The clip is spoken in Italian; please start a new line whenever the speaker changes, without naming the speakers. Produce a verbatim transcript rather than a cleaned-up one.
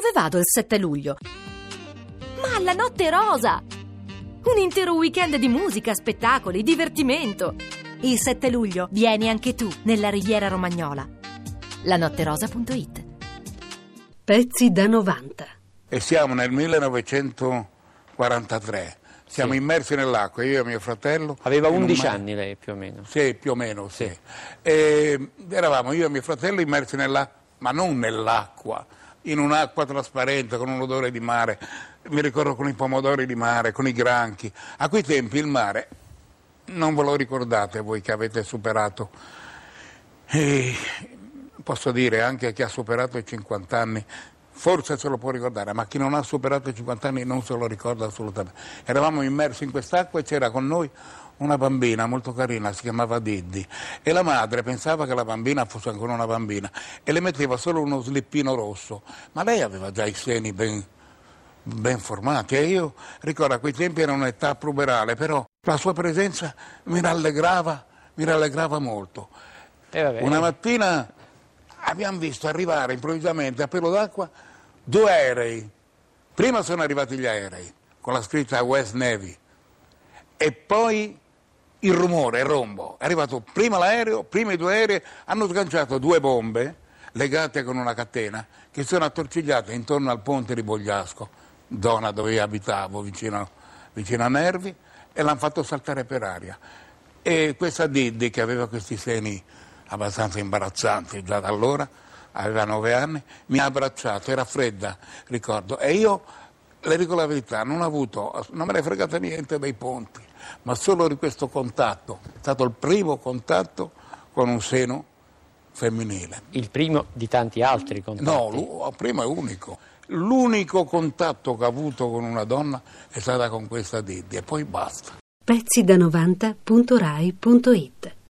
Dove vado il sette luglio? Ma alla Notte Rosa! Un intero weekend di musica, spettacoli, divertimento. Il sette luglio vieni anche tu nella Riviera Romagnola. lanotterosa punto it.
Pezzi da novanta.
E siamo nel millenovecentoquarantatré. Siamo
Sì.
immersi nell'acqua, io e mio fratello.
Aveva
in un
undici
ma-
anni lei più o meno.
Sì, più o meno, sì.
Sì.
E eravamo io e mio fratello immersi nell'acqua, ma non nell'acqua, in un'acqua trasparente con un odore di mare. Mi ricordo con i pomodori di mare, con i granchi. A quei tempi il mare, non ve lo ricordate voi che avete superato, e posso dire anche chi ha superato i cinquanta anni, forse se lo può ricordare, ma chi non ha superato i cinquanta anni non se lo ricorda assolutamente. Eravamo immersi in quest'acqua e c'era con noi una bambina molto carina, si chiamava Diddi, e la madre pensava che la bambina fosse ancora una bambina e le metteva solo uno slippino rosso, ma lei aveva già i seni ben, ben formati, e io ricordo a quei tempi era un'età puberale, però la sua presenza mi rallegrava, mi rallegrava molto.
E vabbè.
Una mattina abbiamo visto arrivare improvvisamente a pelo d'acqua due aerei. Prima sono arrivati gli aerei con la scritta West Navy e poi il rumore, il rombo. È arrivato prima l'aereo, prima i due aerei, hanno sganciato due bombe legate con una catena che sono attorcigliate intorno al ponte di Bogliasco, zona dove io abitavo, vicino, vicino a Nervi, e l'hanno fatto saltare per aria. E questa Diddi, che aveva questi seni abbastanza imbarazzanti già da allora, aveva nove anni, mi ha abbracciato, era fredda, ricordo, e io, le dico la verità, non ho avuto, non me ne è fregata niente dei ponti, ma solo di questo contatto. È stato il primo contatto con un seno femminile.
Il primo di tanti altri contatti.
No, il primo è unico. L'unico contatto che ho avuto con una donna è stata con questa Diddi, e poi basta.
Pezzi da novanta punto rai punto it.